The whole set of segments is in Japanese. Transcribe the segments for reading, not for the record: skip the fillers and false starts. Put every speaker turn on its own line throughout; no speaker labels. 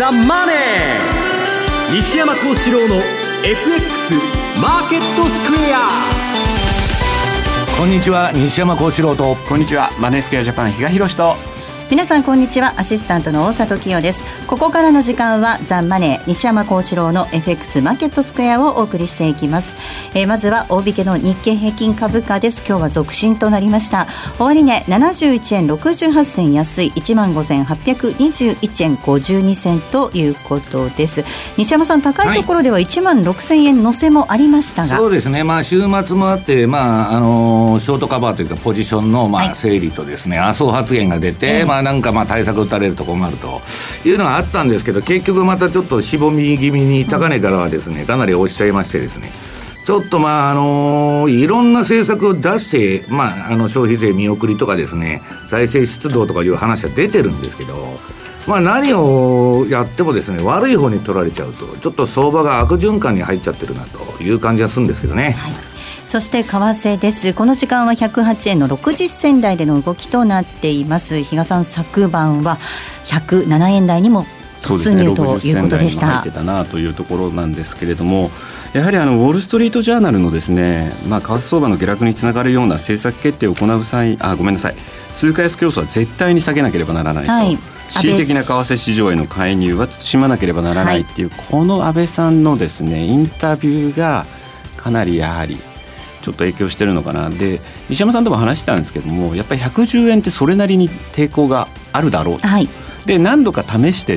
ザ・マネー、西山幸四郎の FX マーケットスクエア。
こんにちは、西山幸四郎と。
こんにちは、マネースクエアジャパン比嘉宏と。
皆さんこんにちは、アシスタントの大里清です。ここからの時間はザ・マネー、西山幸四郎の FX マーケットスクエアをお送りしていきます。まずは大引けの日経平均株価です。今日は続伸となりました。終値71円68銭安い 15,821 円52銭ということです。西山さん、高いところでは1万6000円乗せもありましたが、
そうですね、週末もあって、ショートカバーというかポジションの整理とですね、麻生発言が出て、なんか対策打たれると困るというのがあったんですけど、結局またちょっとしぼみ気味に高値からはですね、かなり落ちちゃいましてですね、ちょっといろんな政策を出して、消費税見送りとかですね、財政出動とかいう話は出てるんですけど、何をやってもですね、悪い方に取られちゃうと、ちょっと相場が悪循環に入っちゃってるなという感じがするんですけどね。
そして為替です。この時間は108円の60銭台での動きとなっています。比嘉さん、昨晩は107円台にも突入ということでした。
入ってたなというところなんですけれども、やはりウォールストリートジャーナルのですね、為替相場の下落につながるような政策決定を行う際、通貨安競争は絶対に避けなければならないと、恣意的な為替市場への介入は慎まなければならないっていう、この安倍さんのですねインタビューがかなりやはりちょっと影響してるのかな。で、西山さんとも話してたんですけども、やっぱり110円ってそれなりに抵抗があるだろうと、で何度か試してって、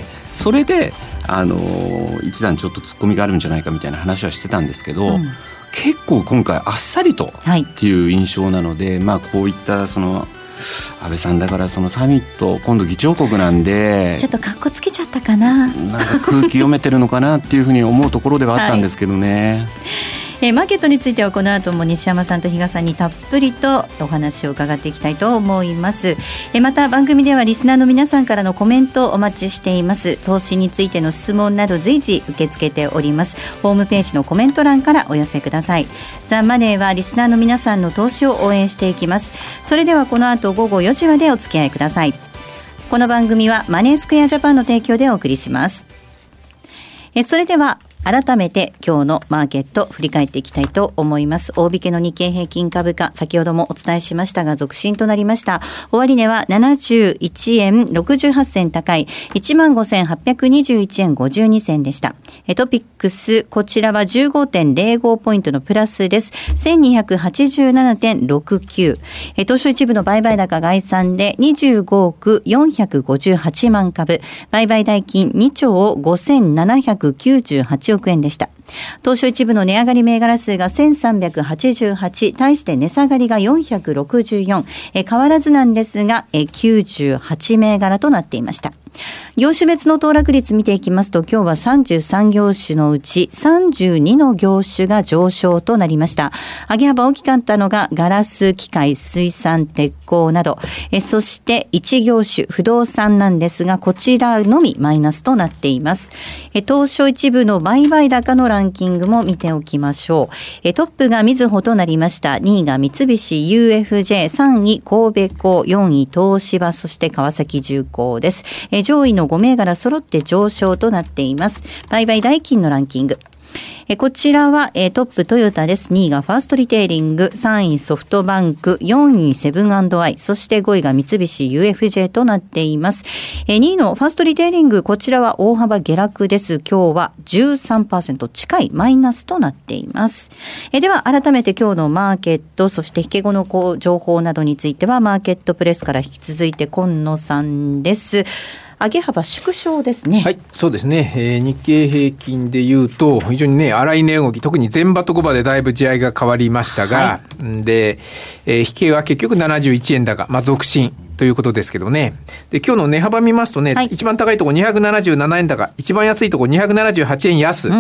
それで一段ちょっと突っ込みがあるんじゃないかみたいな話はしてたんですけど、結構今回あっさりとっていう印象なので、こういったその安倍さんだから、そのサミット今度議長国なんで、
ちょっとカッコつけちゃったかな、
なんか空気読めてるのかなっていうふうに思うところではあったんですけどね。
マーケットについてはこの後も西山さんと比嘉さんにたっぷりとお話を伺っていきたいと思います。また番組ではリスナーの皆さんからのコメントをお待ちしています。投資についての質問など随時受け付けております。ホームページのコメント欄からお寄せください。ザ・マネーはリスナーの皆さんの投資を応援していきます。それではこの後午後4時までお付き合いください。この番組はマネースクエアジャパンの提供でお送りします。それでは改めて今日のマーケット振り返っていきたいと思います。大引けの日経平均株価、先ほどもお伝えしましたが続伸となりました。終値は71円68銭高い 15,821 円52銭でした。トピックス、こちらは 15.05 ポイントのプラスです。 1287.69。 東証一部の売買高概算で25億458万株、売買代金2兆5798億円でした。東証一部の値上がり銘柄数が1388、対して値下がりが464、変わらずなんですが98銘柄となっていました。業種別の騰落率見ていきますと、今日は33業種のうち32の業種が上昇となりました。上げ幅大きかったのがガラス、機械、水産、鉄鋼など、そして1業種不動産なんですが、こちらのみマイナスとなっています。東証一部の売買高のランキングも見ておきましょう。トップがみずほとなりました。2位が三菱 UFJ、 3位神戸港、4位東芝、そして川崎重工です。上位の5銘柄揃って上昇となっています。売買代金のランキング、こちらはトップトヨタです。2位がファーストリテイリング、3位ソフトバンク、4位セブン&アイ、そして5位が三菱 UFJ となっています。2位のファーストリテイリング、こちらは大幅下落です。今日は 13% 近いマイナスとなっています。では改めて今日のマーケット、そして引け後の情報などについてはマーケットプレスから引き続いて今野さんです。上げ幅縮小ですね。
はい、そうですね。日経平均でいうと非常にね、荒い値動き、特に前場と後場でだいぶ地合いが変わりましたが、で、引けは結局71円高、続伸ということですけどね。で、今日の値幅見ますとね、一番高いところ277円高、一番安いところ278円安、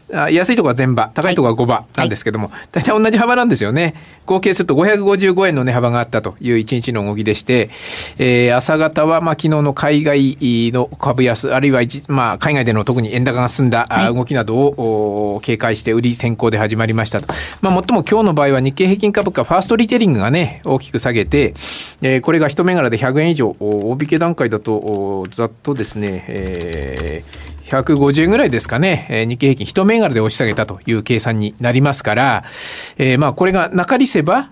安いところは前場、高いところは5場なんですけども、大体同じ幅なんですよね。合計すると555円の値幅があったという1日の動きでして、朝方は昨日の海外の株安、あるいは海外での特に円高が進んだ動きなどを警戒して売り先行で始まりましたと。最も今日の場合は日経平均株価ファーストリテイリングがね大きく下げて、これが一銘柄で100円以上、大引け段階だとざっとですね、150円ぐらいですかね、日経平均一銘柄で押し下げたという計算になりますから、これがなかりせば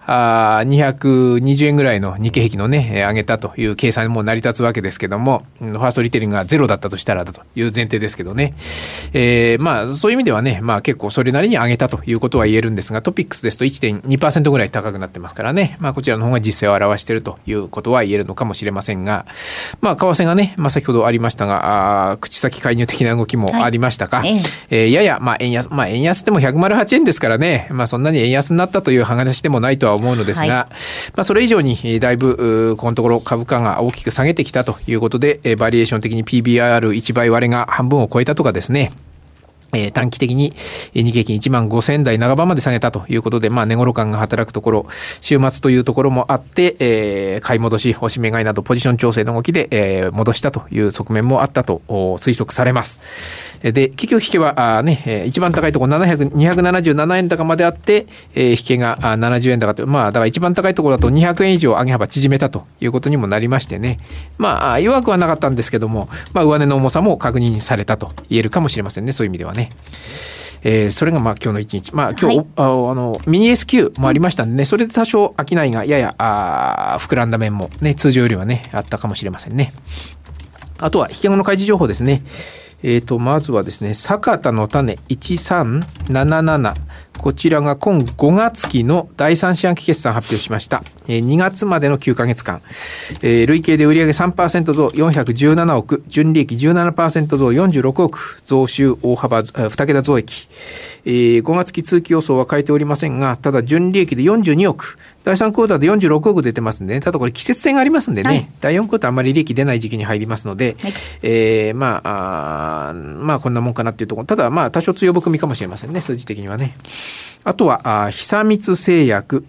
220円ぐらいの日経平均のね上げたという計算にも成り立つわけですけども、ファーストリテイリングがゼロだったとしたらだという前提ですけどね、そういう意味ではね、結構それなりに上げたということは言えるんですが、トピックスですと 1.2% ぐらい高くなってますからね、こちらの方が実勢を表しているということは言えるのかもしれませんが、為替がね、先ほどありましたが、口先介入的な動きもありましたか、やや円安でも108円ですからね、そんなに円安になったという話でもないとは思うのですが、それ以上にだいぶこのところ株価が大きく下げてきたということで、バリエーション的に PBR1 倍割れが半分を超えたとかですね、短期的に日経平均15,000台長場まで下げたということで、値頃感が働くところ、週末というところもあって、買い戻し、押し目買いなどポジション調整の動きで、戻したという側面もあったと推測されます。で、結局引けは一番高いところ277円高まであって、引けが70円高という、だから一番高いところだと200円以上上げ幅縮めたということにもなりましてね、弱くはなかったんですけども、上値の重さも確認されたと言えるかもしれませんね、そういう意味ではね。それが今日の一日、今日、ミニ S q もありましたんでね、それで多少商いがやや膨らんだ面もね、通常よりはねあったかもしれませんね。あとは引け後の開示情報ですね。まずはですね、坂田の種1377、こちらが今5月期の第3四半期決算発表しました。2月までの9ヶ月間、累計で売上 3% 増417億、純利益 17% 増46億、増収大幅2桁増益。5月期通期予想は変えておりませんが、ただ純利益で42億、第3クォーターで46億出てますんでね、ただこれ季節性がありますんでね、第4クォーターあんまり利益出ない時期に入りますので、こんなもんかなっていうところ、ただ多少強含みかもしれませんね、数字的にはね。あとは久光製薬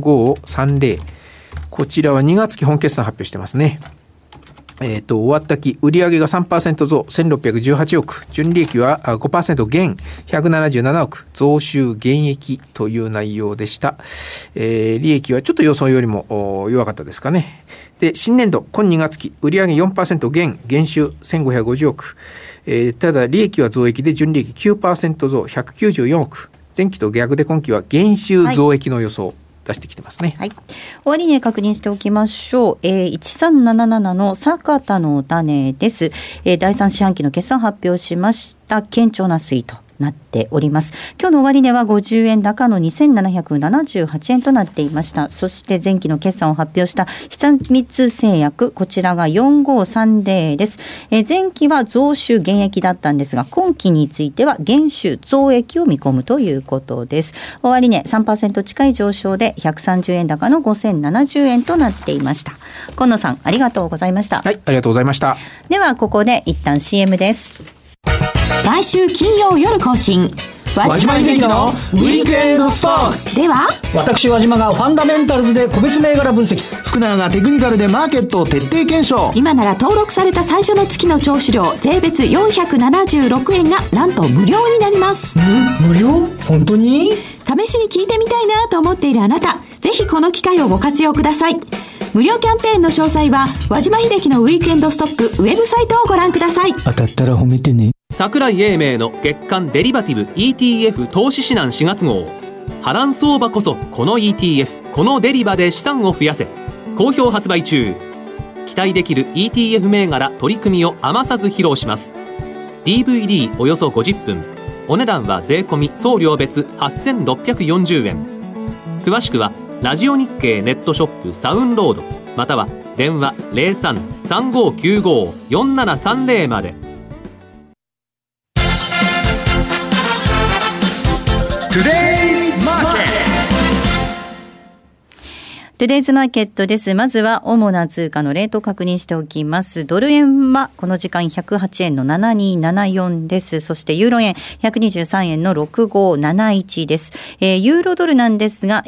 4530、こちらは2月期本決算発表してますね。終わった期売上が 3% 増1618億、純利益は 5% 減177億、増収減益という内容でした。利益はちょっと予想よりも弱かったですかね。で、新年度今2月期売上 4% 減収1550億、ただ利益は増益で純利益 9% 増194億、前期と逆で今期は減収増益の予想、出してきてますね。
終値確認しておきましょう。1377の坂田の種です。第3四半期の決算発表しました。堅調な推移となっております。今日の終値は50円高の2778円となっていました。そして前期の決算を発表した久光製薬、こちらが4530です。前期は増収減益だったんですが、今期については減収増益を見込むということです。終値 3% 近い上昇で130円高の5070円となっていました。今野さん、ありがとうございました。
はい、ありがとうございました。
ではここで一旦 CM です。
毎週金曜夜更新、
和島秀樹のウィークエンドストック
では、
私和島がファンダメンタルズで個別銘柄分析、
福永がテクニカルでマーケットを徹底検証。
今なら登録された最初の月の聴取料税別476円がなんと無料になります。
無料？本当に？
試しに聞いてみたいなと思っているあなた、ぜひこの機会をご活用ください。無料キャンペーンの詳細は和島秀樹のウィークエンドストックウェブサイトをご覧ください。
当たったら褒めてね。
桜井英明の月間デリバティブ ETF 投資指南4月号、波乱相場こそこの ETF このデリバで資産を増やせ、好評発売中。期待できる ETF 銘柄取り組みを余さず披露します。 DVD およそ50分、お値段は税込み送料別8640円。詳しくはラジオ日経ネットショップサウンロード、または電話 03-3595-4730 まで。
トゥデイズマーケットです。まずは主な通貨のレートを確認しておきます。ドル円はこの時間108円の7274です。そしてユーロ円123円の6571です。ユーロドルなんですが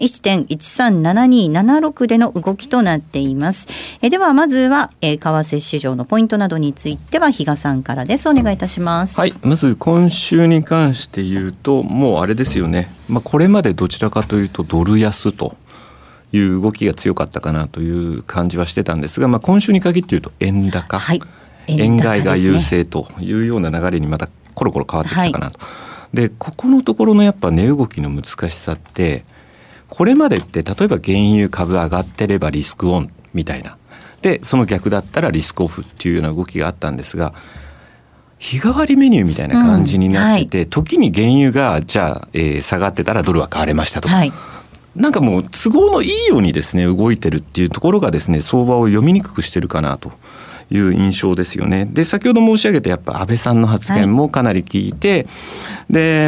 1.137276 での動きとなっています。ではまずは、為替市場のポイントなどについては比嘉さんからです。お願いいたします。
はい、まず今週に関して言うともうあれですよね、これまでどちらかというとドル安という動きが強かったかなという感じはしてたんですが、今週に限って言うと円高、はい、円買いが優勢というような流れにまたコロコロ変わってきたかなと、でここのところのやっぱ値動きの難しさって、これまでって例えば原油株上がってればリスクオンみたいな、でその逆だったらリスクオフっていうような動きがあったんですが、日替わりメニューみたいな感じになってて、時に原油がじゃあ、下がってたらドルは買われましたとか、なんかもう都合のいいようにですね動いてるっていうところがですね、相場を読みにくくしてるかなという印象ですよね。で先ほど申し上げたやっぱ安倍さんの発言もかなり効いて、で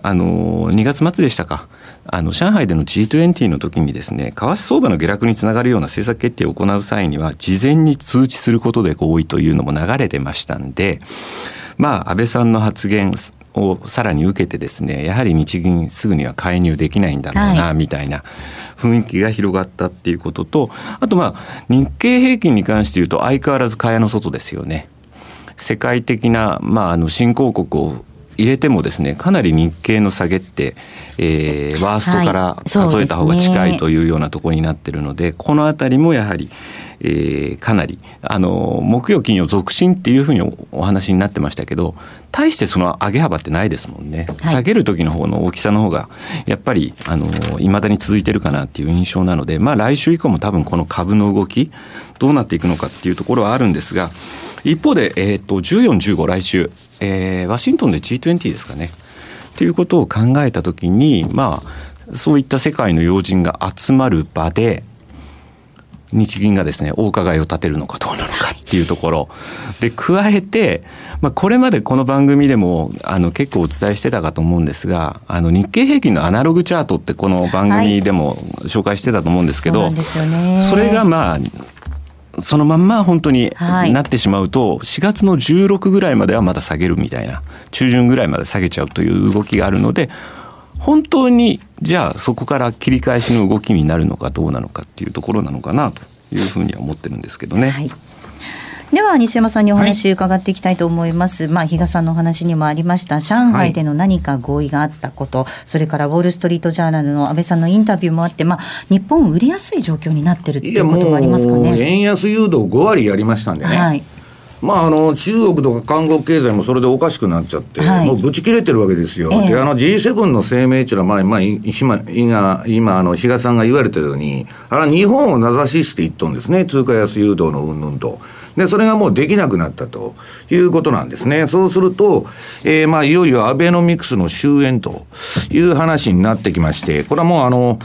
2月末でしたか、上海での G20 の時にですね、為替相場の下落につながるような政策決定を行う際には事前に通知することで合意というのも流れてましたんで、安倍さんの発言をさらに受けてですね、やはり日銀すぐには介入できないんだろうな、みたいな雰囲気が広がったっていうことと、あと日経平均に関して言うと相変わらず蚊帳の外ですよね。世界的な、新興国を入れてもですね、かなり日経の下げって、ワーストから数えた方が近いというようなところになっているので、このあたりもやはりかなり木曜金曜続伸っていうふうにお話になってましたけど、大してその上げ幅ってないですもんね。下げる時の方の大きさの方がやっぱり未だに続いてるかなっていう印象なので、来週以降も多分この株の動きどうなっていくのかっていうところはあるんですが、一方で、14、15来週、ワシントンで G20 ですかねということを考えた時に、そういった世界の要人が集まる場で日銀がですね大伺いを立てるのかどうなのかっていうところで、加えて、これまでこの番組でも結構お伝えしてたかと思うんですが、日経平均のアナログチャートってこの番組でも紹介してたと思うんですけど、それがそのまんま本当になってしまうと、4月の16ぐらいまではまだ下げるみたいな、中旬ぐらいまで下げちゃうという動きがあるので、本当にじゃあそこから切り返しの動きになるのかどうなのかっていうところなのかなというふうには思ってるんですけどね。
では西山さんにお話伺っていきたいと思います。比嘉さんのお話にもありました上海での何か合意があったこと、それからウォールストリートジャーナルの安倍さんのインタビューもあって、日本売りやすい状況になってるっていうこともありますかね。
円安誘導5割やりましたんでね、中国とか韓国経済もそれでおかしくなっちゃって、もうぶち切れてるわけですよ。でG7 の声明っていうのは、今比嘉さんが言われたように、日本を名指ししていっとんですね、通貨安誘導の云々と。でそれがもうできなくなったということなんですね。そうすると、いよいよアベノミクスの終焉という話になってきまして、これはもう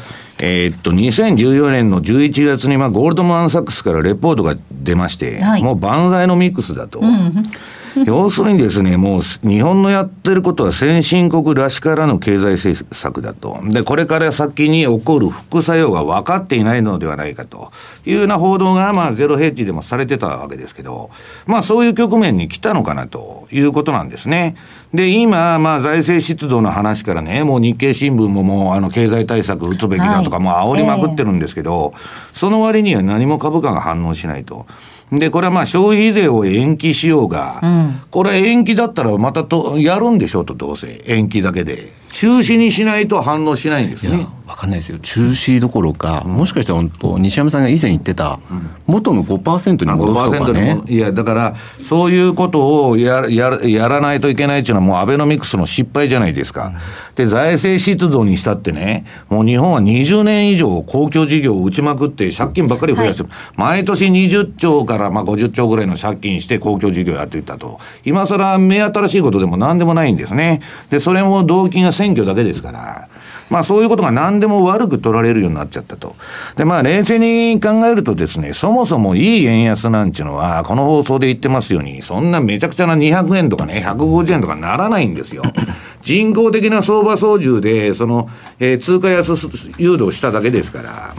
2014年の11月にゴールドマンサックスからレポートが出まして、もう万歳のミックスだと。要するにですね、もう日本のやってることは先進国らしからぬ経済政策だと。で、これから先に起こる副作用が分かっていないのではないかというような報道が、ゼロヘッジでもされてたわけですけど、そういう局面に来たのかなということなんですね。で、今、財政出動の話からね、もう日経新聞ももう経済対策打つべきだとか、もう煽りまくってるんですけど、その割には何も株価が反応しないと。で、これは消費税を延期しようが、これ延期だったらまたやるんでしょうと、どうせ。延期だけで。中止にしないと反応しないんですね。
分かんないですよ。中止どころか、もしかしたら本当西山さんが以前言ってた元の 5% に戻すとかね。
いやだからそういうことをやらないといけないっていうのはもうアベノミクスの失敗じゃないですか。で財政出動にしたってね、もう日本は20年以上公共事業を打ちまくって借金ばっかり増やす、毎年20兆から50兆ぐらいの借金して公共事業やっていったと。今更目新しいことでも何でもないんですね。でそれも動機が選挙だけですから。 そういうことが何でも悪く取られるようになっちゃったと。で、冷静に考えるとですね、そもそもいい円安なんていうのは、この放送で言ってますように、そんなめちゃくちゃな200円とかね、150円とかならないんですよ。人工的な相場操縦で、通貨安誘導しただけですから、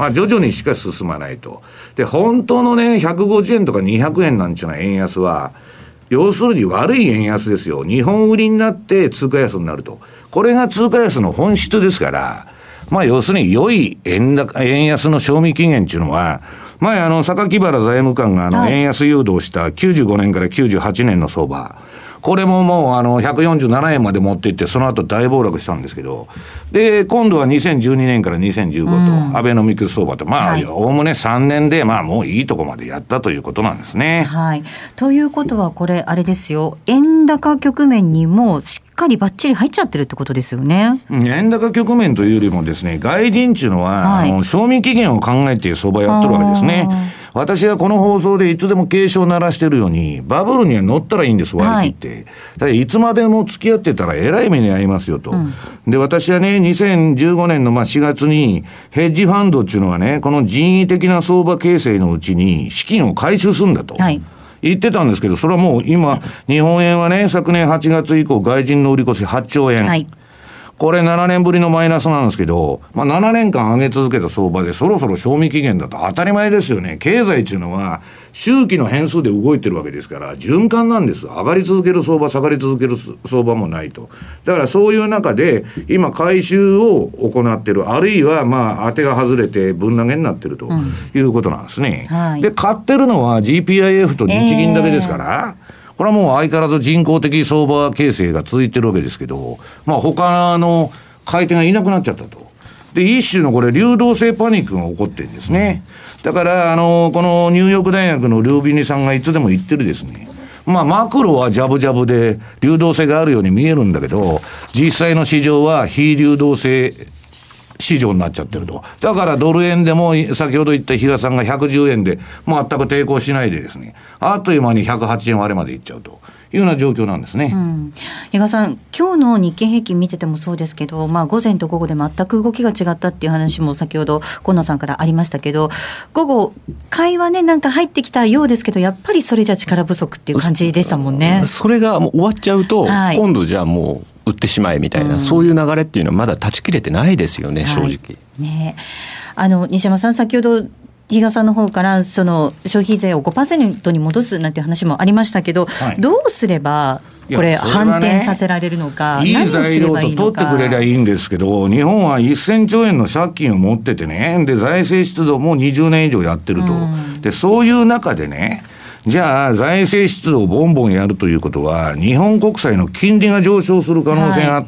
徐々にしか進まないと。で、本当のね、150円とか200円なんていうのは円安は、要するに悪い円安ですよ。日本売りになって通貨安になると。これが通貨安の本質ですから、要するに良い円安の賞味期限っていうのは、前榊原財務官が円安誘導した95年から98年の相場、これももう147円まで持っていって、その後大暴落したんですけど、で、今度は2012年から2015と、アベノミクス相場と、おおむね3年で、もういいとこまでやったということなんですね。
はい。ということは、これ、あれですよ、円高局面にもしっかりバッチリ入っちゃってるってことですよね。
円高局面というよりもですね、外人っていうのは、賞味期限を考えて相場やってるわけですね。私はこの放送でいつでも警鐘を鳴らしてるように、バブルには乗ったらいいんです、割り切って。だからいつまでも付き合ってたらえらい目に遭いますよと。で、私はね、2015年の4月に、ヘッジファンドっていうのはね、この人為的な相場形成のうちに資金を回収するんだと。言ってたんですけど、それはもう今、日本円はね、昨年8月以降、外人の売り越し8兆円。これ7年ぶりのマイナスなんですけど、7年間上げ続けた相場でそろそろ賞味期限だと当たり前ですよね。経済っていうのは周期の変数で動いてるわけですから、循環なんです。上がり続ける相場、下がり続ける相場もないと。だからそういう中で今回収を行っている、あるいは当てが外れて分投げになっているということなんですね。で、買ってるのは GPIF と日銀だけですから、これはもう相変わらず人工的相場形成が続いてるわけですけど、他の買い手がいなくなっちゃったと。で、一種のこれ流動性パニックが起こってるんですね。だからこのニューヨーク大学のルービニさんがいつでも言ってるですね、マクロはジャブジャブで流動性があるように見えるんだけど、実際の市場は非流動性市場になっちゃってると。だからドル円でも先ほど言った比嘉さんが110円で全く抵抗しないでですね、あっという間に108円割れまでいっちゃうというような状況なんですね。
比嘉さん、今日の日経平均見ててもそうですけど、午前と午後で全く動きが違ったっていう話も先ほど今野さんからありましたけど、午後買いはね、なんか入ってきたようですけど、やっぱりそれじゃ力不足っていう感じでしたもんね。
それがもう終わっちゃうと、今度じゃあもう売ってしまえみたいな、そういう流れっていうのはまだ断ち切れてないですよね、正直。
西山さん、先ほど比嘉さんの方からその消費税を 5% に戻すなんていう話もありましたけど、どうすればこれ反転させられるのか、
いい材料と取ってくれりゃいいんですけど、日本は1000兆円の借金を持っててね、で財政出動も20年以上やってると。で、そういう中でね、じゃあ財政出動をボンボンやるということは、日本国債の金利が上昇する可能性があって、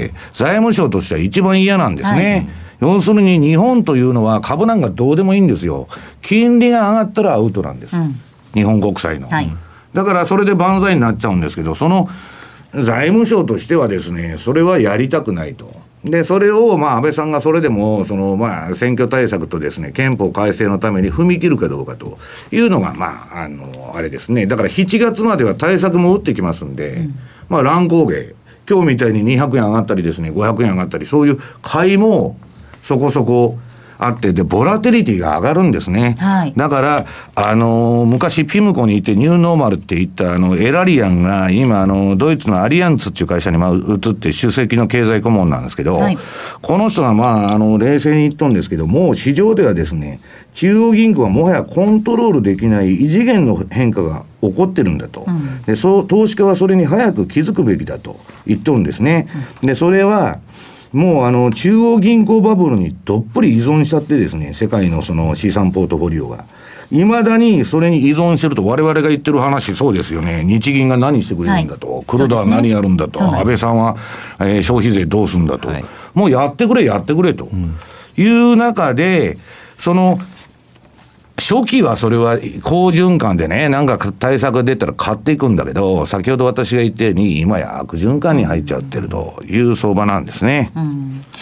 財務省としては一番嫌なんですね。要するに日本というのは株なんかどうでもいいんですよ。金利が上がったらアウトなんです。日本国債の。だからそれで万歳になっちゃうんですけど、その財務省としてはですね、それはやりたくないと。で、それを安倍さんがそれでも選挙対策とですね、憲法改正のために踏み切るかどうかというのがあれですね。だから7月までは対策も打ってきますんで、乱高下、今日みたいに200円上がったりですね、500円上がったり、そういう買いもそこそこあって、でボラテリティが上がるんですね。だから昔ピムコにいてニューノーマルって言ったエラリアンが今ドイツのアリアンツっていう会社に移って首席の経済顧問なんですけど、この人が冷静に言っとるんですけど、もう市場ではですね、中央銀行はもはやコントロールできない異次元の変化が起こってるんだと。で、投資家はそれに早く気づくべきだと言っとるんですね。で、それはもう中央銀行バブルにどっぷり依存しちゃってですね、世界のその資産ポートフォリオがいまだにそれに依存してると。我々が言ってる話そうですよね。日銀が何してくれるんだと、黒田は何やるんだと、安倍さんは、消費税どうするんだと、もうやってくれと、いう中で、その初期はそれは好循環でね、なんか対策が出たら買っていくんだけど、先ほど私が言ったように今や悪循環に入っちゃってるという相場なんですね。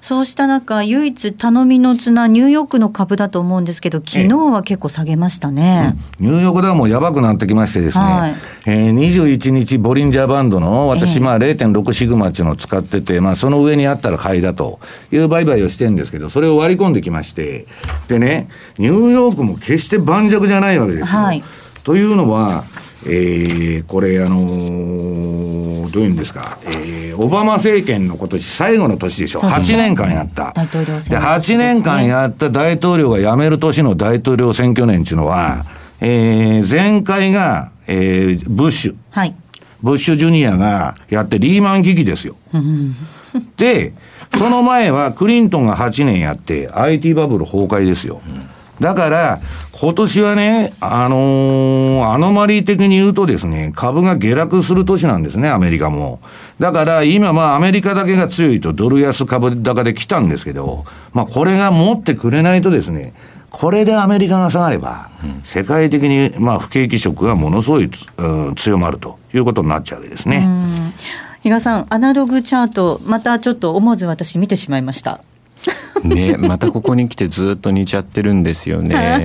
そうした中唯一頼みの綱ニューヨークの株だと思うんですけど、昨日は結構下げましたね。
ニューヨークではもうやばくなってきましてですね、
はい、
21日ボリンジャーバンドの私、0.6 シグマっていうのを使ってて、その上にあったら買いだという売買をしてるんですけど、それを割り込んできまして、でね、ニューヨークも決して盤石じゃないわけですよ、はい、というのは、これどういうんですか、オバマ政権の今年最後の年でしょ。8年間やった
大統領選
で8年間やった大統領が辞める年の大統領選挙年っていうのは、前回が、ブッシュ、はい、ブッシュジュニアがやってリーマン危機ですよでその前はクリントンが8年やって IT バブル崩壊ですよ。だから今年はね、アノマリー的に言うとですね、株が下落する年なんですね、アメリカも。だから今アメリカだけが強いとドル安株高で来たんですけど、これが持ってくれないとですね、これでアメリカが下がれば、世界的に不景気ショックがものすごい、強まるということになっちゃうわけですね。
比嘉さん、アナログチャートまたちょっと思わず私見てしまいました
ね、またここに来てずっと似ちゃってるんですよね、はい、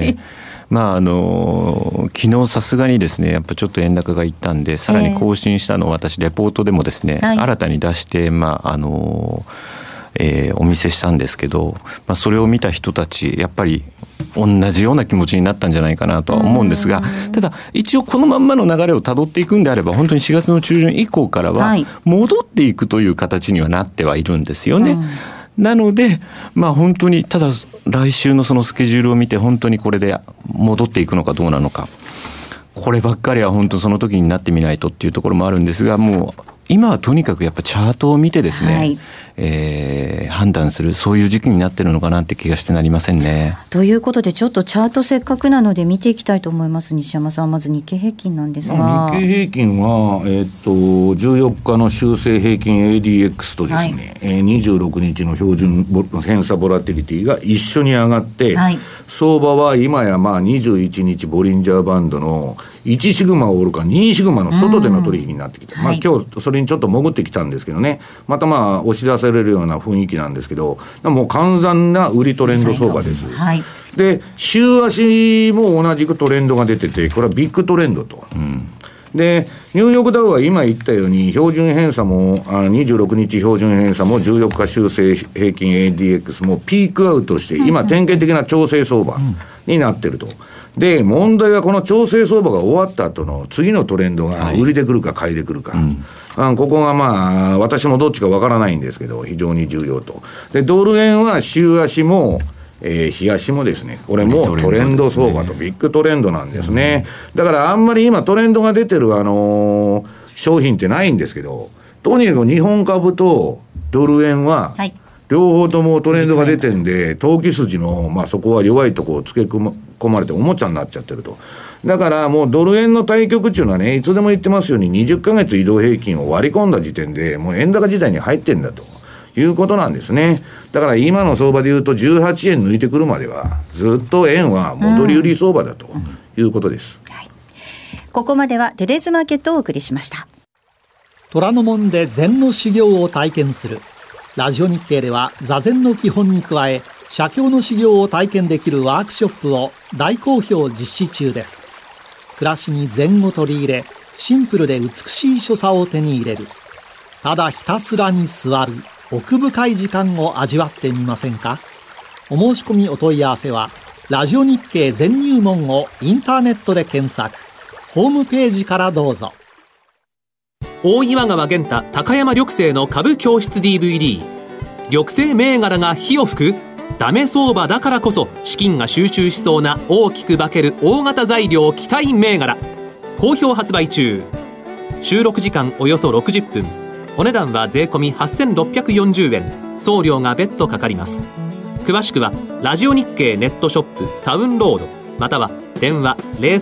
昨日さすがにですね、やっぱちょっと円高がいったんで、さらに更新したのを私レポートでもですね、新たに出してお見せしたんですけど、それを見た人たちやっぱり同じような気持ちになったんじゃないかなとは思うんですが、ただ一応このまんまの流れをたどっていくんであれば、本当に4月の中旬以降からは戻っていくという形にはなってはいるんですよね、なので、本当にただ来週のそのスケジュールを見て、本当にこれで戻っていくのかどうなのか、こればっかりは本当その時になってみないとっていうところもあるんですが、もう今はとにかくやっぱチャートを見てですね、判断する、そういう時期になってるのかなって気がしてなりませんね。
ということで、ちょっとチャートせっかくなので見ていきたいと思います。西山さん、まず日経平均なんですが、
日経平均は、14日の修正平均 ADX とですね、26日の標準偏差ボラティリティが一緒に上がって、相場は今や21日ボリンジャーバンドの1シグマをおるか2シグマの外での取引になってきて、今日それにちょっと潜ってきたんですけどね、また押し出せれるような雰囲気なんですけど、もう完全な売りトレンド相場です、で週足も同じくトレンドが出てて、これはビッグトレンドと、でニューヨークダウは今言ったように標準偏差も26日標準偏差も14日修正平均 ADX もピークアウトして今典型的な調整相場になってると。で問題はこの調整相場が終わった後の次のトレンドが売りでくるか買いでくるか、ここが私もどっちかわからないんですけど非常に重要と。でドル円は週足も日足もですね、これもトレンド相場とビッグトレンドなんですね、だからあんまり今トレンドが出てる商品ってないんですけど、とにかく日本株とドル円は両方ともトレンドが出てるんで、投機筋のそこは弱いところをつけ込まれておもちゃになっちゃってると。だからもうドル円の対局っていうのはね、いつでも言ってますように20ヶ月移動平均を割り込んだ時点でもう円高時代に入ってんだということなんですね。だから今の相場でいうと18円抜いてくるまではずっと円は戻り売り相場だということです、
ここまではテレーズマーケットをお送りしました。
虎ノ門で禅の修行を体験するラジオ日経では、座禅の基本に加え写経の修行を体験できるワークショップを大好評実施中です。暮らしに禅を取り入れ、シンプルで美しい所作を手に入れる。ただひたすらに座る奥深い時間を味わってみませんか。お申し込みお問い合わせはラジオ日経全入門をインターネットで検索、ホームページからどうぞ。
大岩川源太高山緑星の株教室 DVD、 緑星銘柄が火を吹く、ダメ相場だからこそ資金が集中しそうな大きく化ける大型材料期待銘柄、好評発売中。収録時間およそ60分、お値段は税込み8640円、送料が別途かかります。詳しくはラジオ日経ネットショップサウンロード、または電話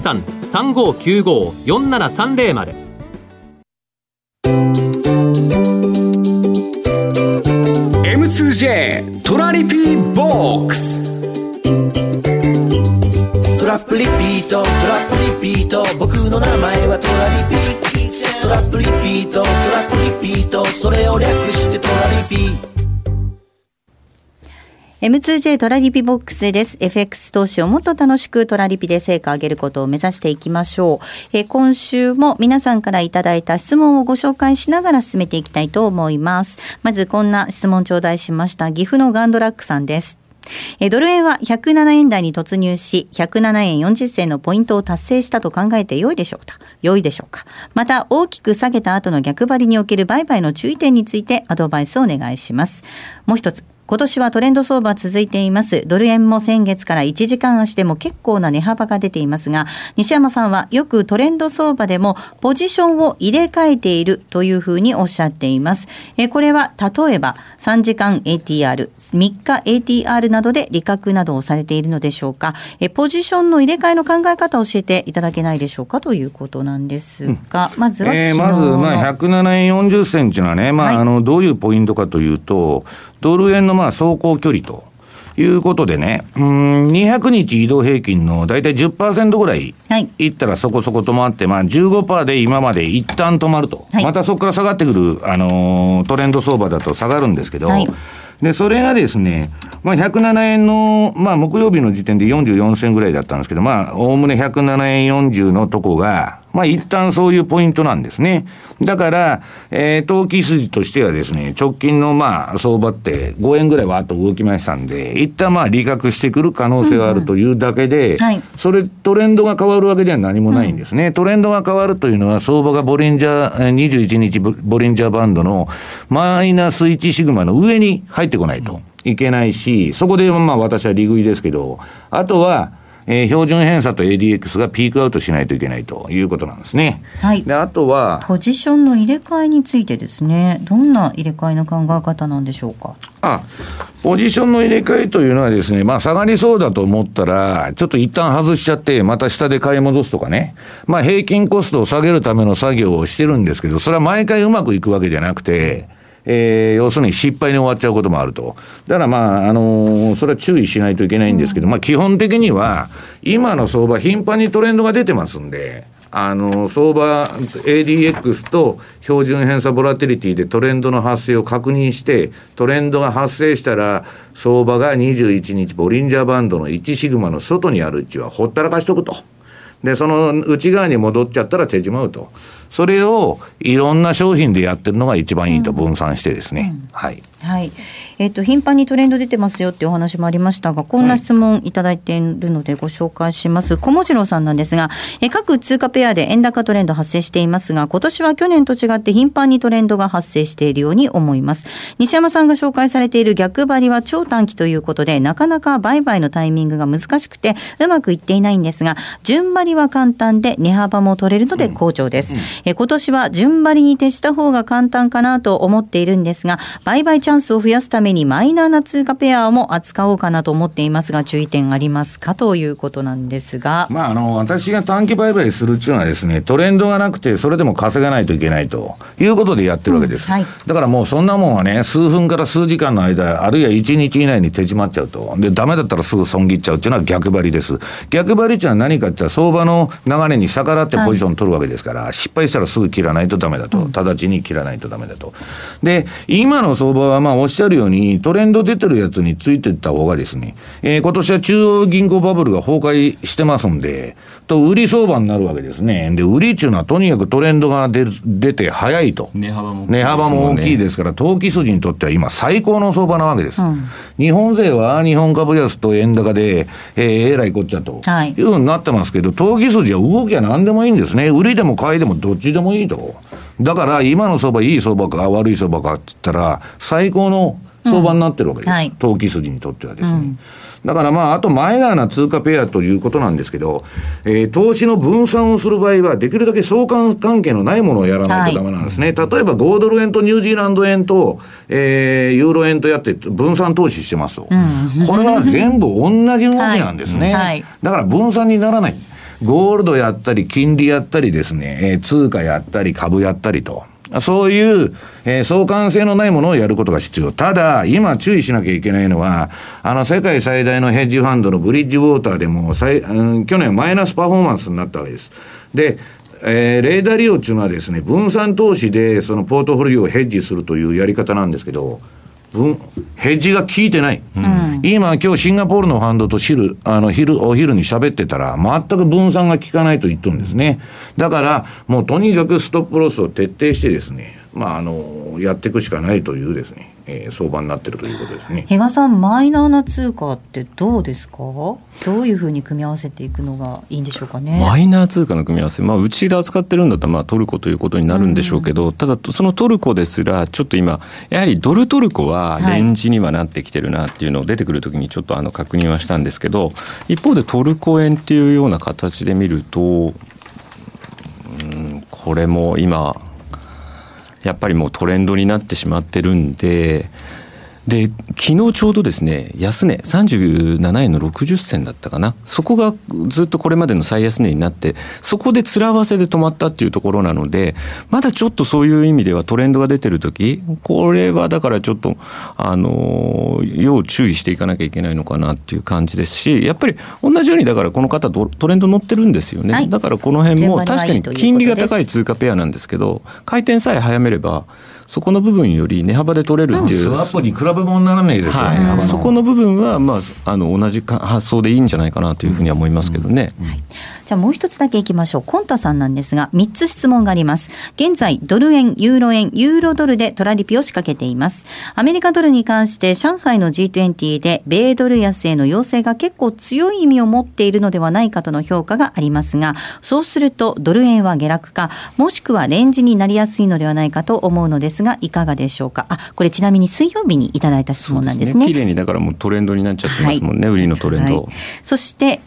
03-3595-4730 まで。
M2J トラリピーボックス、
トラップリピート、トラップリピート、僕の名前はトラリピ、トラップリピート、トラップリピート、それを略してトラリピ。
M2J トラリピボックスです。 FX 投資をもっと楽しくトラリピで成果を上げることを目指していきましょう。今週も皆さんからいただいた質問をご紹介しながら進めていきたいと思います。まずこんな質問頂戴しました。岐阜のガンドラックさんです。ドル円は107円台に突入し107円40銭のポイントを達成したと考えて良いでしょうか。また大きく下げた後の逆張りにおける売買の注意点についてアドバイスをお願いします。もう一つ、今年はトレンド相場続いています。ドル円も先月から1時間足でも結構な値幅が出ていますが、西山さんはよくトレンド相場でもポジションを入れ替えているというふうにおっしゃっています。これは例えば3時間 ATR、3日 ATR などで利確などをされているのでしょうか。ポジションの入れ替えの考え方を教えていただけないでしょうかということなんですが、まずは昨日の
107円40銭というのはね、どういうポイントかというと、ドル円の走行距離ということでね、200日移動平均のだいたい 10% ぐらいいったらそこそこ止まって、15% で今まで一旦止まると、またそこから下がってくる、トレンド相場だと下がるんですけど、でそれがですね、107円の、木曜日の時点で44銭ぐらいだったんですけど、おおむね107円40のとこが、一旦そういうポイントなんですね。だから、投機筋としてはですね、直近の相場って5円ぐらいわーっと動きましたんで、一旦利確してくる可能性があるというだけで、それトレンドが変わるわけでは何もないんですね。トレンドが変わるというのは、相場がボリンジャー、21日ボリンジャーバンドのマイナス1シグマの上に入ってこないといけないし、そこで私は利食いですけど、あとは標準偏差と ADX がピークアウトしないといけないということなんですね。であとは
ポジションの入れ替えについてですね、どんな入れ替えの考え方なんでしょうか。
ポジションの入れ替えというのはですね、下がりそうだと思ったらちょっと一旦外しちゃってまた下で買い戻すとかね、平均コストを下げるための作業をしてるんですけど、それは毎回うまくいくわけじゃなくて、要するに失敗に終わっちゃうこともあると。だからそれは注意しないといけないんですけど、基本的には今の相場頻繁にトレンドが出てますんで、相場 ADX と標準偏差ボラティリティでトレンドの発生を確認して、トレンドが発生したら相場が21日ボリンジャーバンドの1シグマの外にあるうちはほったらかしとくと。でその内側に戻っちゃったら手締まうと。それをいろんな商品でやってるのが一番いいと分散してですね、
頻繁にトレンド出てますよっていうお話もありましたが、こんな質問いただいているのでご紹介します。小文次郎さんなんですが、各通貨ペアで円高トレンド発生していますが、今年は去年と違って頻繁にトレンドが発生しているように思います。西山さんが紹介されている逆張りは超短期ということで、なかなか売買のタイミングが難しくてうまくいっていないんですが、順張りは簡単で値幅も取れるので好調です。今年は順張りに徹した方が簡単かなと思っているんですが、売買チャンスを増やすためにマイナーな通貨ペアも扱おうかなと思っていますが、注意点ありますかということなんですが、
私が短期売買するっていうのはですね、トレンドがなくてそれでも稼がないといけないということでやってるわけです、だからもうそんなもんはね、数分から数時間の間、あるいは1日以内に手締まっちゃうと。でダメだったらすぐ損切っちゃうっていうのは逆張りです。逆張りっていうのは何かっていうと、相場の流れに逆らってポジション取るわけですから、失敗したらすぐ切らないとダメだと、直ちに切らないとダメだと。で今の相場はおっしゃるようにトレンド出てるやつについていった方がですね、今年は中央銀行バブルが崩壊してますんで、売り相場になるわけですね。で売りっていうのはとにかくトレンドが出て早いと、値幅も大きいですから、投機筋にとっては今最高の相場なわけです、日本勢は日本株安と円高で、えらいこっちゃというふうになってますけど、投機筋は動きは何でもいいんですね。売りでも買いでもどっちでもいいと。だから今の相場いい相場か悪い相場かって言ったら最高の相場になってるわけです、投機筋にとってはですね、だからあとマイナーな通貨ペアということなんですけど、投資の分散をする場合はできるだけ相関関係のないものをやらないとダメなんですね、例えば5ドル円とニュージーランド円と、ユーロ円とやって分散投資してますと、これは全部同じ動きなんですね、だから分散にならない。ゴールドやったり金利やったりですね、通貨やったり株やったりと、そういう、相関性のないものをやることが必要。ただ今注意しなきゃいけないのは、世界最大のヘッジファンドのブリッジウォーターでも去年マイナスパフォーマンスになったわけです。でレーダー利用っていうのはですね、分散投資でそのポートフォリオをヘッジするというやり方なんですけど、 ヘッジが効いてない、今シンガポールのファンドとお昼に喋ってたら全く分散が効かないと言ってるんですね。だからもうとにかくストップロスを徹底してですね、やっていくしかないというですね、相場になっているということですね。
比嘉さん、マイナーな通貨ってどうですか？どういうふうに組み合わせていくのがいいんでしょうかね。
マイナー通貨の組み合わせ、うちで扱ってるんだったらトルコということになるんでしょうけど、ただそのトルコですらちょっと今やはりドルトルコはレンジにはなってきてるなっていうのを出てくるときにちょっと確認はしたんですけど、一方でトルコ円っていうような形で見ると、これも今やっぱりもうトレンドになってしまってるんで、昨日ちょうどですね、安値37円の60銭だったかな、そこがずっとこれまでの最安値になって、そこで面合わせで止まったっていうところなので、まだちょっとそういう意味ではトレンドが出てるとき、これはだからちょっと要注意していかなきゃいけないのかなっていう感じですし、やっぱり同じようにだからこの方トレンド乗ってるんですよね、だからこの辺も確かに金利が高い通貨ペアなんですけど、回転さえ早めればそこの部分より値幅で取れるっていう、
スワップに比べ物にならないですよね、
そこの部分は、同じ発想でいいんじゃないかなというふうには思いますけどね、
じゃあもう一つだけいきましょう。コンタさんなんですが、3つ質問があります。現在ドル円、ユーロ円、ユーロドルでトラリピを仕掛けています。アメリカドルに関して上海の G20 で米ドル安への要請が結構強い意味を持っているのではないかとの評価がありますが、そうするとドル円は下落か、もしくはレンジになりやすいのではないかと思うのですが、いかがでしょうか。これちなみに水曜日にいただいた質問なんですね。
綺麗にだからもうトレンドになっちゃってますもんね、売りのトレンド、
そして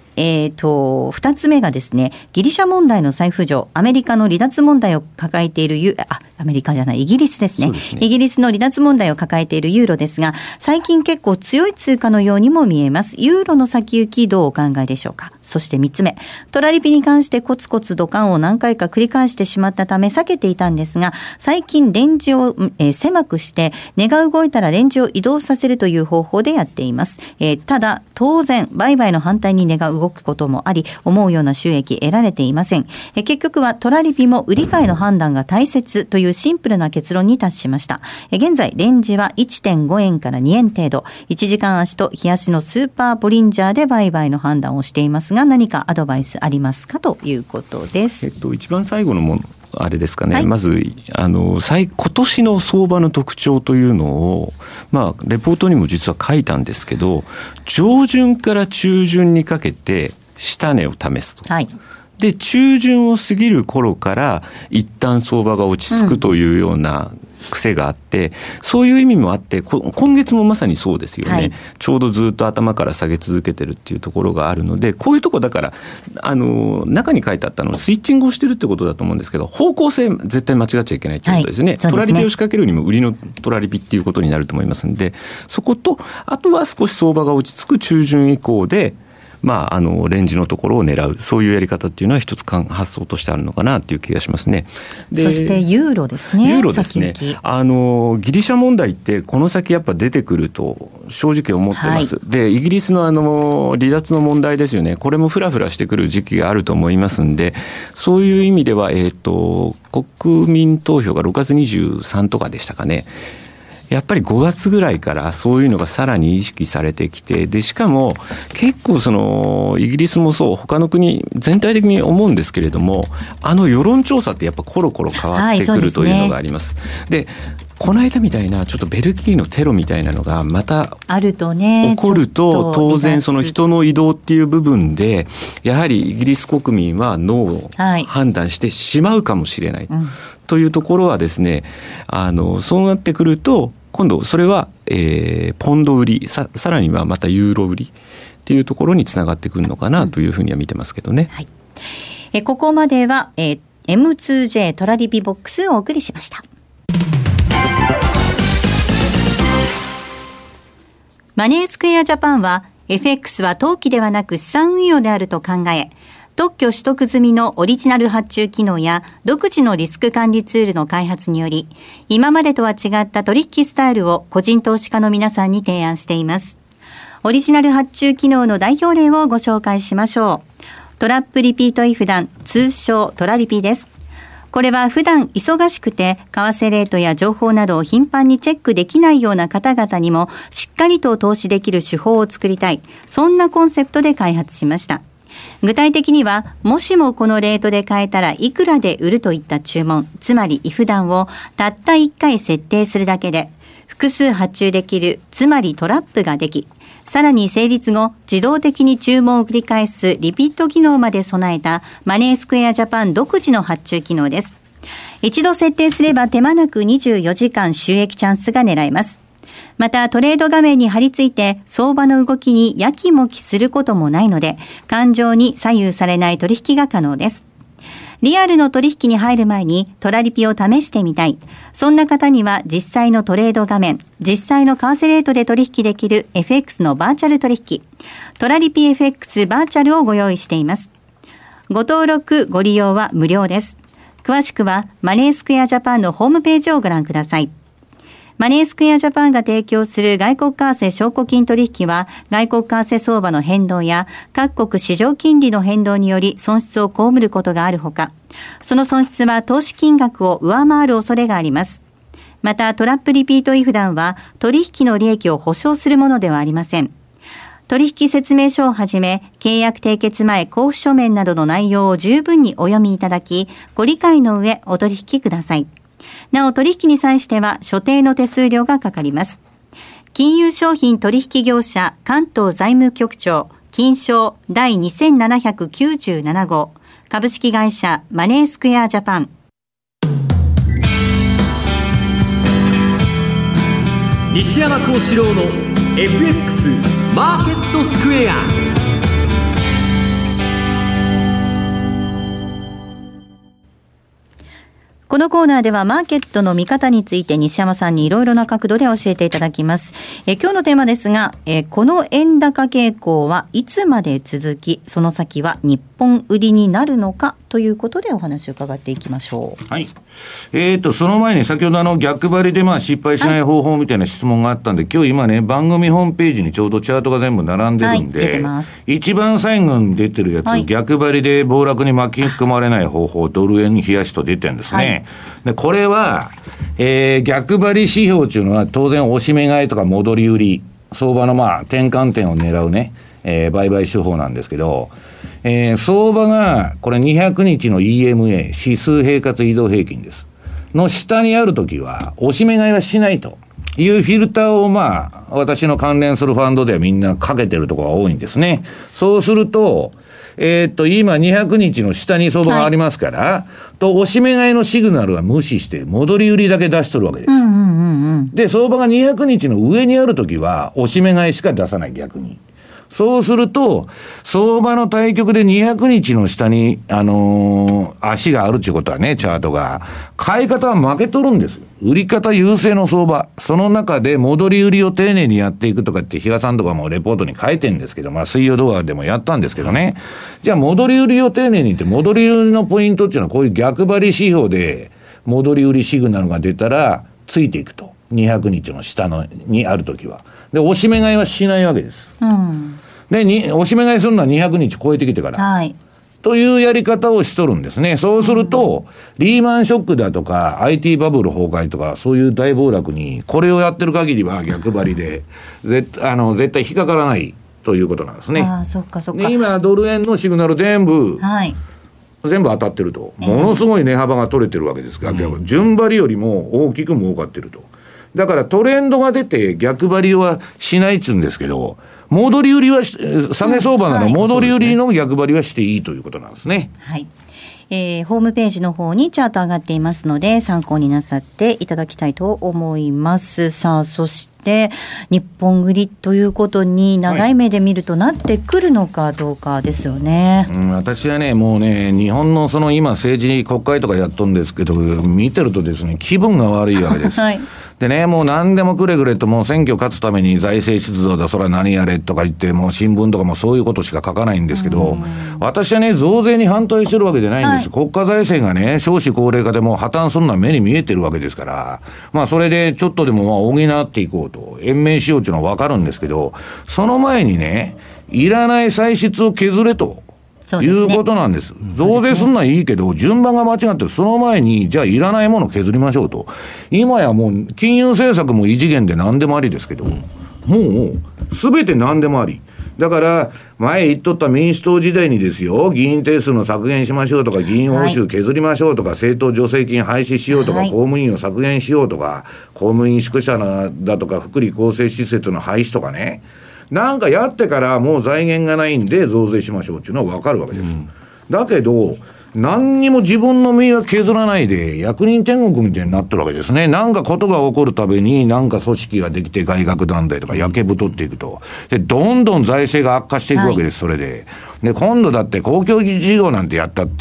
2つ目がですね、ギリシャ問題の再浮上、アメリカの離脱問題を抱えているアメリカじゃない、イギリスですね。イギリスの離脱問題を抱えているユーロですが、最近結構強い通貨のようにも見えます。ユーロの先行きどうお考えでしょうか。そして3つ目、トラリピに関してコツコツドカンを何回か繰り返してしまったため避けていたんですが、最近レンジを、狭くして値が動いたらレンジを移動させるという方法でやっています。ただ当然売買の反対に値が動くこともあり、思うような収益得られていません。結局はトラリピも売り買いの判断が大切というシンプルな結論に達しました。現在レンジは 1.5 円から2円程度、1時間足と日足のスーパーボリンジャーで売買の判断をしていますが、何かアドバイスありますかということです。
一番最後のものあれですかね、まず今年の相場の特徴というのを、レポートにも実は書いたんですけど、上旬から中旬にかけて下値を試すと、で中旬を過ぎる頃から一旦相場が落ち着くというような癖があって、そういう意味もあって、今月もまさにそうですよね、ちょうどずっと頭から下げ続けてるっていうところがあるので、こういうとこだから中に書いてあったのスイッチングをしてるってことだと思うんですけど、方向性絶対間違っちゃいけないっていうことですよね。トラリピを仕掛けるにも売りのトラリピっていうことになると思いますので、そこと、あとは少し相場が落ち着く中旬以降でレンジのところを狙う、そういうやり方っていうのは一つ発想としてあるのかなっていう気がしますね。
そしてユーロですね。
ユーロですね。ギリシャ問題ってこの先やっぱ出てくると正直思ってます。でイギリスの離脱の問題ですよね。これもフラフラしてくる時期があると思いますんで、そういう意味では国民投票が6月23とかでしたかね。やっぱり5月ぐらいからそういうのがさらに意識されてきて、でしかも結構イギリスもそう他の国全体的に思うんですけれども、世論調査ってやっぱコロコロ変わってくるというのがあります。でこの間みたいなちょっとベルギーのテロみたいなのがまた起こると、当然その人の移動っていう部分でやはりイギリス国民はノーを判断してしまうかもしれない、というところはですね、そうなってくると今度それは、ポンド売り さらにはまたユーロ売りっていうところにつながってくるのかなというふうには見てますけどね、
ここまでは、M2J トラリピボックスをお送りしました。マネースクエアジャパンは FX は投機ではなく資産運用であると考え、特許取得済みのオリジナル発注機能や独自のリスク管理ツールの開発により、今までとは違った取引スタイルを個人投資家の皆さんに提案しています。オリジナル発注機能の代表例をご紹介しましょう。トラップリピートイフダン、通称トラリピです。 これは普段忙しくて為替レートや情報などを頻繁にチェックできないような方々にもしっかりと投資できる手法を作りたい、そんなコンセプトで開発しました。具体的には、もしもこのレートで買えたらいくらで売るといった注文、つまりイフダンをたった1回設定するだけで複数発注できる、つまりトラップができ、さらに成立後自動的に注文を繰り返すリピート機能まで備えたマネースクエアジャパン独自の発注機能です。一度設定すれば手間なく24時間収益チャンスが狙えます。またトレード画面に貼り付いて相場の動きにやきもきすることもないので、感情に左右されない取引が可能です。リアルの取引に入る前にトラリピを試してみたい、そんな方には実際のトレード画面、実際の為替レートで取引できる FX のバーチャル取引、トラリピ FX バーチャルをご用意しています。ご登録ご利用は無料です。詳しくはマネースクエアジャパンのホームページをご覧ください。マネースクエアジャパンが提供する外国為替証拠金取引は、外国為替相場の変動や各国市場金利の変動により損失を被ることがあるほか、その損失は投資金額を上回る恐れがあります。またトラップリピートイフダンは取引の利益を保証するものではありません。取引説明書をはじめ、契約締結前交付書面などの内容を十分にお読みいただき、ご理解の上お取引ください。なお取引に際しては所定の手数料がかかります。金融商品取引業者関東財務局長金商第2797号株式会社マネースクエアジャパン。
西山幸四郎の FX マーケットスクエア。
このコーナーではマーケットの見方について西山さんにいろいろな角度で教えていただきます。今日のテーマですが、この円高傾向はいつまで続き、その先は日本売りになるのかということでお話を伺っていきましょう。
はい。その前に先ほど逆張りで失敗しない方法みたいな質問があったんで、今日今ね、番組ホームページにちょうどチャートが全部並んでるんで、
出てます。
一番最後に出てるやつ、逆張りで暴落に巻き込まれない方法、ドル円に冷やしと出てるんですね。でこれは、逆張り指標というのは当然押し目買いとか戻り売り、相場の転換点を狙うね、売買手法なんですけど、相場がこれ200日の EMA 指数平滑移動平均ですの下にあるときは押し目買いはしないというフィルターを私の関連するファンドではみんなかけてるところが多いんですね。そうすると今200日の下に相場がありますから、と押し目買いのシグナルは無視して戻り売りだけ出しとるわけです。で相場が200日の上にあるときは押し目買いしか出さない。逆にそうすると相場の対局で200日の下に足があるっていうことはね、チャートが買い方は負けとるんです。売り方優勢の相場、その中で戻り売りを丁寧にやっていくとかって比嘉さんとかもレポートに書いてるんですけど、水曜動画でもやったんですけどね。じゃあ戻り売りを丁寧にって、戻り売りのポイントっていうのはこういう逆張り指標で戻り売りシグナルが出たらついていくと。200日の下にあるときはで押し目買いはしないわけです、で押し目買いするのは200日超えてきてから、というやり方をしとるんですね。そうすると、リーマンショックだとか IT バブル崩壊とかそういう大暴落にこれをやってる限りは逆張りで絶対引っかからないということなんですね。
そっかそっか。
で今ドル円のシグナル全部当たってると、ものすごい値幅が取れてるわけですが、順張りよりも大きく儲かってると。だからトレンドが出て逆張りはしないっつうんですけど、戻り売りは下げ相場なら戻り売りの逆張りはしていいということなんですね。
ホームページの方にチャート上がっていますので参考になさっていただきたいと思います。さあそして日本売りということに長い目で見るとなってくるのかどうかですよね。
私はねもうね日本のその今政治国会とかやっとるんですけど見てるとですね気分が悪いわけです、でね、もう何でもくれくれともう選挙勝つために財政出動だそれは何やれとか言ってもう新聞とかもそういうことしか書かないんですけど、私はね増税に反対してるわけじゃないんです、国家財政がね少子高齢化でもう破綻するのは目に見えてるわけですから、それでちょっとでも補っていこうと延命しようというのは分かるんですけど、その前にねいらない歳出を削れと
そうですね、
いうことなんです。増税すんのはいいけど、順番が間違ってる。その前に、じゃあいらないものを削りましょうと。今やもう、金融政策も異次元で何でもありですけど、もう、すべて何でもあり。だから、前言っとった民主党時代にですよ、議員定数の削減しましょうとか、議員報酬削りましょうとか、政党助成金廃止しようとか、公務員を削減しようとか、公務員宿舎だとか、福利厚生施設の廃止とかね、なんかやってからもう財源がないんで増税しましょうっていうのは分かるわけです。だけど、何にも自分の身は削らないで役人天国みたいになってるわけですね。なんかことが起こるたびになんか組織ができて外郭団体とか焼け太っていくと。で、どんどん財政が悪化していくわけです、それで。で、今度だって公共事業なんてやったって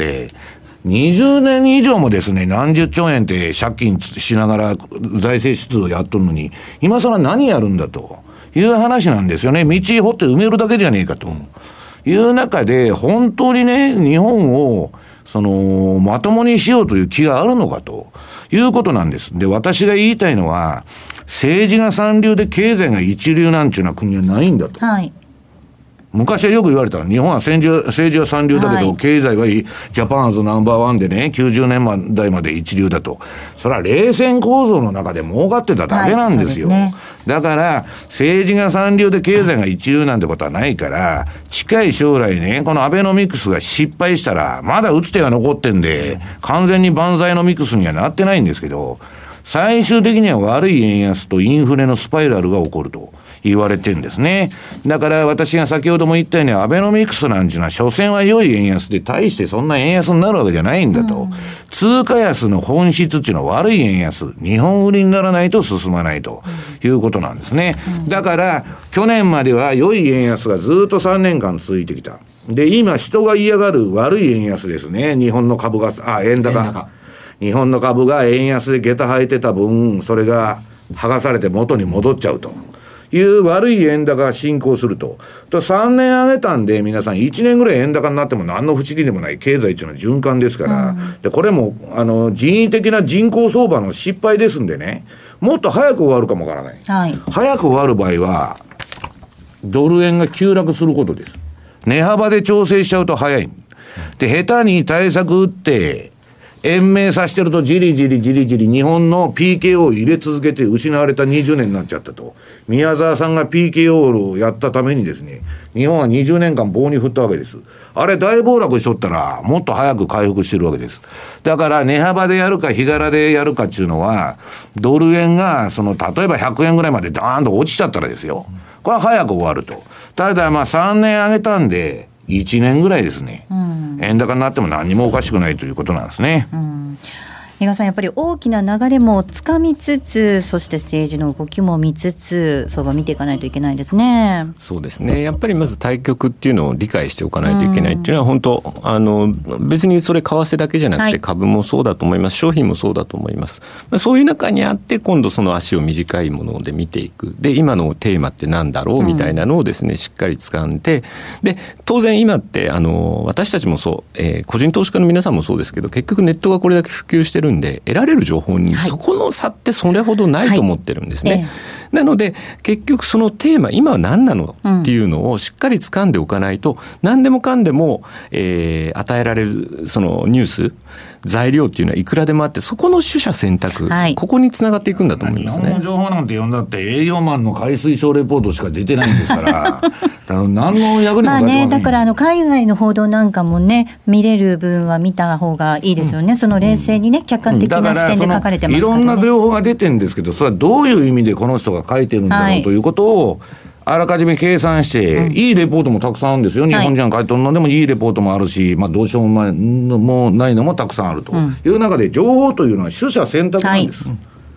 、20年以上もですね、何十兆円って借金しながら財政出動やっとるのに、今更何やるんだという話なんですよね。道掘って埋めるだけじゃねえかという中で、本当にね、日本をまともにしようという気があるのかということなんです。で、私が言いたいのは、政治が三流で経済が一流なんていうような国はないんだと。はい。昔はよく言われた。日本は政治は三流だけど、経済はいい。ジャパンアズナンバーワンでね、90年代まで一流だと。それは冷戦構造の中で儲かってただけなんですよ。だから、政治が三流で経済が一流なんてことはないから、近い将来ね、このアベノミクスが失敗したら、まだ打つ手が残ってんで、完全に万歳のミクスにはなってないんですけど、最終的には悪い円安とインフレのスパイラルが起こると言われてるんですね。だから私が先ほども言ったように、アベノミクスなんていうのは所詮は良い円安で、大してそんな円安になるわけじゃないんだと。通貨安の本質っていうのは悪い円安、日本売りにならないと進まないということなんですね。だから去年までは良い円安がずっと3年間続いてきた。で、今人が嫌がる悪い円安ですね。日本の株が円高。日本の株が円安で下駄履いてた分、それが剥がされて元に戻っちゃうという悪い円高が進行すると。3年上げたんで、皆さん1年ぐらい円高になっても何の不思議でもない経済っていうのは循環ですから、でこれも人為的な人口相場の失敗ですんでね、もっと早く終わるかもわからない。早く終わる場合はドル円が急落することです。値幅で調整しちゃうと早い。で、下手に対策打って延命させてるとじりじり日本の PKO を入れ続けて失われた20年になっちゃったと。宮沢さんが PKO をやったためにですね、日本は20年間棒に振ったわけです。あれ大暴落しとったらもっと早く回復してるわけです。だから値幅でやるか日柄でやるかっていうのは、ドル円が例えば100円ぐらいまでダーンと落ちちゃったらですよ、これは早く終わると。ただ3年上げたんで1年ぐらいですね、円高になっても何もおかしくないということなんですね。
江川さん、やっぱり大きな流れもつかみつつ、そして政治の動きも見つつ、相場見ていかないといけないですね。
そうですね。やっぱりまず対局っていうのを理解しておかないといけないっていうのは本当、別にそれ為替だけじゃなくて株もそうだと思います、商品もそうだと思います。そういう中にあって今度その足を短いもので見ていく。で、今のテーマってなんだろうみたいなのをですね、しっかり掴んで、で、当然今って私たちもそう、個人投資家の皆さんもそうですけど、結局ネットがこれだけ普及してるんで得られる情報にそこの差ってそれほどないと思ってるんですね。なので結局そのテーマ、今は何なのっていうのをしっかり掴んでおかないと、何でもかんでも、与えられるそのニュース材料っていうのはいくらでもあって、そこの取捨選択、ここにつながっていくんだと思いますね。
日本の情報なんて読んだって営業マンの海水晶レポートしか出てないんですから何の役にも立ちません。
だから海外の報道なんかもね、見れる分は見た方がいいですよね。その冷静にね、客観的な視点で書かれてますからね。
いろんな情報が出てるんですけど、それはどういう意味でこの人が書いてるんだろうということをあらかじめ計算して、いいレポートもたくさんあるんですよ。日本人が書いてるのでもいいレポートもあるし、どうしようもないのもたくさんあるという中で、情報というのは取捨選択なんです。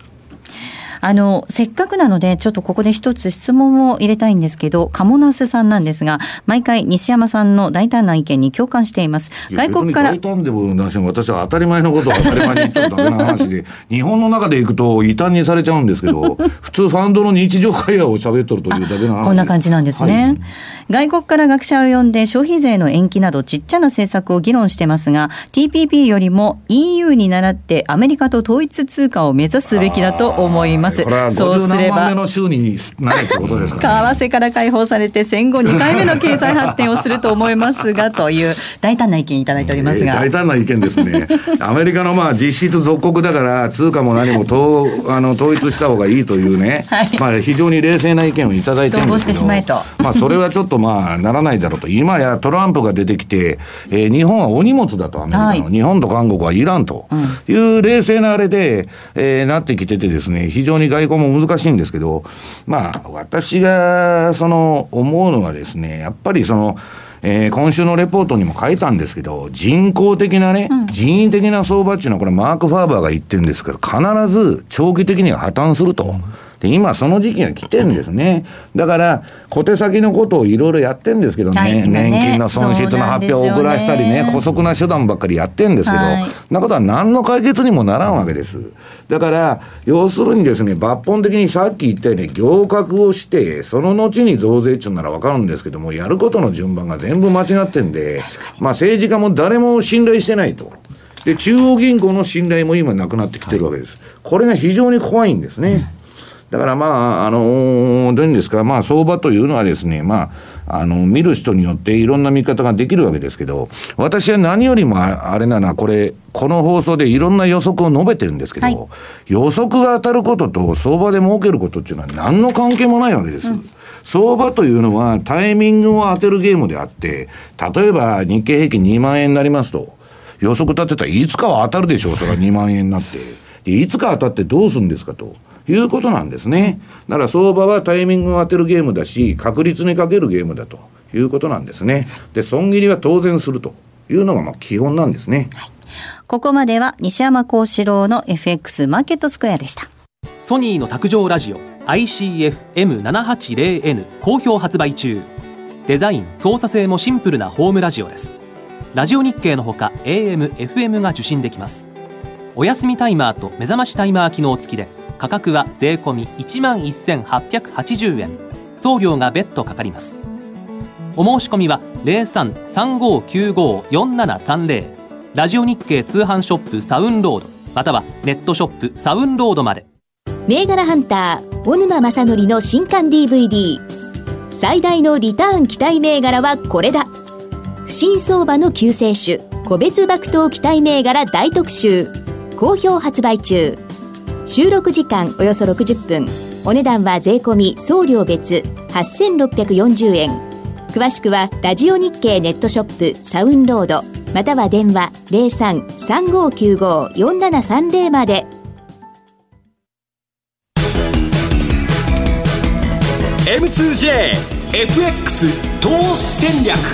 せっかくなのでちょっとここで一つ質問を入れたいんですけど、カモナスさんなんですが、毎回西山さんの大胆な意見に共感しています。外国から
大胆でもなし、私は当たり前のことを当たり前に言っただけの話で日本の中でいくと異端にされちゃうんですけど、普通ファンドの日常会話を喋っとるというだけの話。
こんな感じなんですね。外国から学者を呼んで消費税の延期などちっちゃな政策を議論してますが、 TPP よりも EU に倣ってアメリカと統一通貨を目指すべきだと思います。 。
これは50何万目の週にないってことですかね。
為替から解放されて戦後2回目の経済発展をすると思いますがという大胆な意見いただいておりますが、
大胆な意見ですね。アメリカの実質属国だから通貨も何も統一した方がいいというね、はい、非常に冷静な意見をいただいてるんですけど、統合してしまえとそれはちょっとならないだろうと。今やトランプが出てきて、日本はお荷物だと、アメリカの、はい、日本と韓国はイランという冷静なあれで、なってきててですね、非常に外交も難しいんですけど、私が思うのはですね、やっぱり今週のレポートにも書いたんですけど、人工的なね、人為的な相場っていうのはこれマーク・ファーバーが言ってるんですけど、必ず長期的には破綻すると。で今その時期が来てるんですね。だから小手先のことをいろいろやってるんですけどね、年金の損失の発表を遅らしたりね、姑息な手段ばっかりやってるんですけど、なことは何の解決にもならんわけです。だから要するにですね、抜本的にさっき言ったように行革をしてその後に増税っていうなら分かるんですけども、やることの順番が全部間違ってんで、政治家も誰も信頼してないと。で中央銀行の信頼も今なくなってきてるわけです。これが非常に怖いんですね。だからどういうんですか、相場というのはですね、見る人によっていろんな見方ができるわけですけど、私は何よりもあれなのは、この放送でいろんな予測を述べてるんですけど、はい、予測が当たることと相場で儲けることっていうのは何の関係もないわけです。相場というのはタイミングを当てるゲームであって、例えば日経平均2万円になりますと、予測立てたらいつかは当たるでしょう、それは2万円になって。いつか当たってどうするんですかということなんですね。だから相場はタイミングを当てるゲームだし、確率にかけるゲームだということなんですね。で損切りは当然するというのが基本なんですね。はい、
ここまでは西山幸四郎の FX マーケットスクエアでした。
ソニーの卓上ラジオ ICF-M780N 好評発売中。デザイン操作性もシンプルなホームラジオです。ラジオ日経のほか AM、FM が受信できます。お休みタイマーと目覚ましタイマー機能付きで、価格は税込み 11,880 円。送料が別途かかります。お申し込みは 03-3595-4730 ラジオ日経通販ショップサウンロード、またはネットショップサウンロードまで。
銘柄ハンター小沼正則の新刊 DVD、 最大のリターン期待銘柄はこれだ。不振相場の救世主、個別爆投期待銘柄大特集、好評発売中。収録時間およそ60分。お値段は税込み送料別 8,640 円。詳しくはラジオ日経ネットショップサウンロード、または電話 03-3595-4730 まで。
M2J-FX 投資戦略。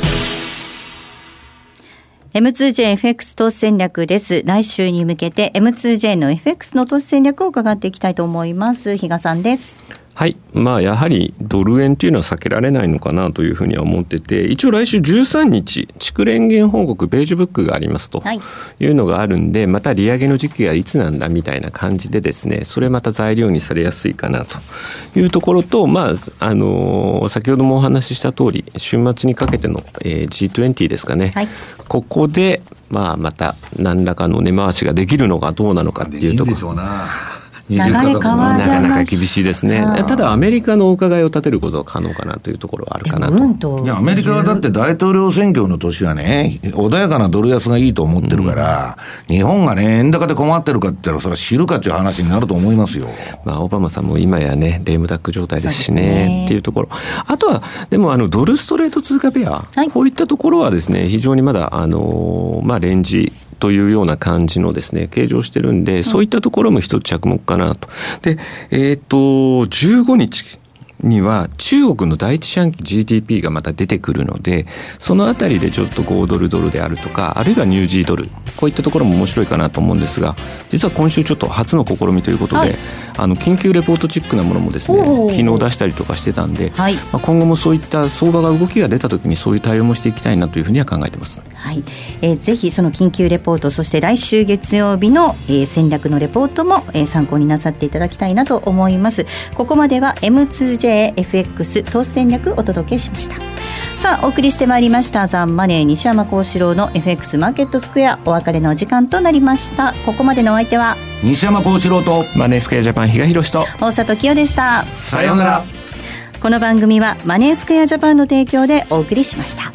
M2JFX 投資戦略です。来週に向けて M2J の FX の投資戦略を伺っていきたいと思います。比嘉さんです。
はい、やはりドル円というのは避けられないのかなというふうには思ってて、一応来週13日蓄連減報告ベージュブックがありますというのがあるんで、また利上げの時期がいつなんだみたいな感じでですね、それまた材料にされやすいかなというところと、先ほどもお話しした通り週末にかけての、G20 ですかね、はい、ここでまた何らかの根回しができるのかどうなのかっていうところ。できるでしょうな。
流れ変わら
なかなか厳しいですね。ただアメリカのお伺いを立てることは可能かなというところはあるかなと。
いやアメリカはだって大統領選挙の年はね、穏やかなドル安がいいと思ってるから、日本がね円高で困ってるかって言ったらそれは知るかっていう話になると思いますよ。
オバマさんも今やねレームダック状態ですしねっていうところ。あとはでもドルストレート通貨ペア、はい、こういったところはですね非常にまだレンジというような感じのですね計上してるんで、そういったところも一つ着目かなと。で15日には中国の第一四半期 GDP がまた出てくるので、そのあたりでちょっと5ドルドルであるとか、あるいはニュージードル、こういったところも面白いかなと思うんですが、実は今週ちょっと初の試みということで、はい、緊急レポートチックなものもですね昨日出したりとかしてたんで、はい、今後もそういった相場が動きが出た時にそういう対応もしていきたいなというふうには考えてます。
はい、ぜひその緊急レポート、そして来週月曜日の、戦略のレポートも、参考になさっていただきたいなと思います。ここまでは M2JFX 投資戦略お届けしました。さあお送りしてまいりましたザ・マネー西山幸四郎の FX マーケットスクエア、お別別れのお時間となりました。ここまでのお相手は
西山幸四郎と
マネースクエアジャパン比嘉宏と
大里清でした。
さようなら。
この番組はマネースクエアジャパンの提供でお送りしました。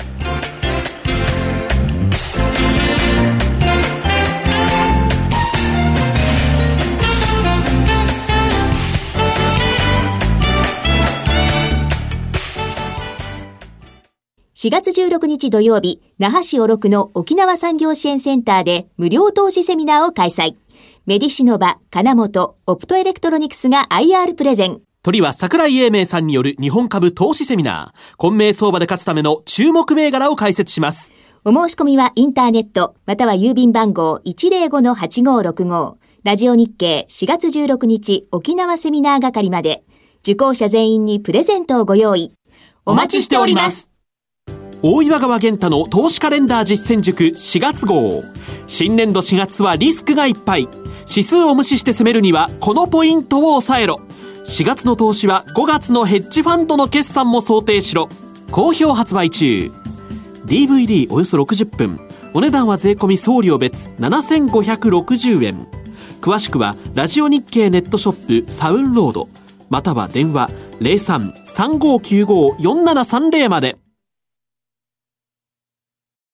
4月16日土曜日、那覇市小禄の沖縄産業支援センターで無料投資セミナーを開催。メディシノバ、金本、オプトエレクトロニクスが IR プレゼン。
鳥は桜井英明さんによる日本株投資セミナー。混迷相場で勝つための注目銘柄を解説します。
お申し込みはインターネット、または郵便番号 105-8565。ラジオ日経4月16日沖縄セミナー係まで。受講者全員にプレゼントをご用意。お待ちしております。
大岩川源太の投資カレンダー実践塾4月号。新年度4月はリスクがいっぱい。指数を無視して攻めるにはこのポイントを押さえろ。4月の投資は5月のヘッジファンドの決算も想定しろ。好評発売中。 DVD およそ60分。お値段は税込み送料別7560円。詳しくはラジオ日経ネットショップサウンロードまたは電話 03-3595-4730 まで。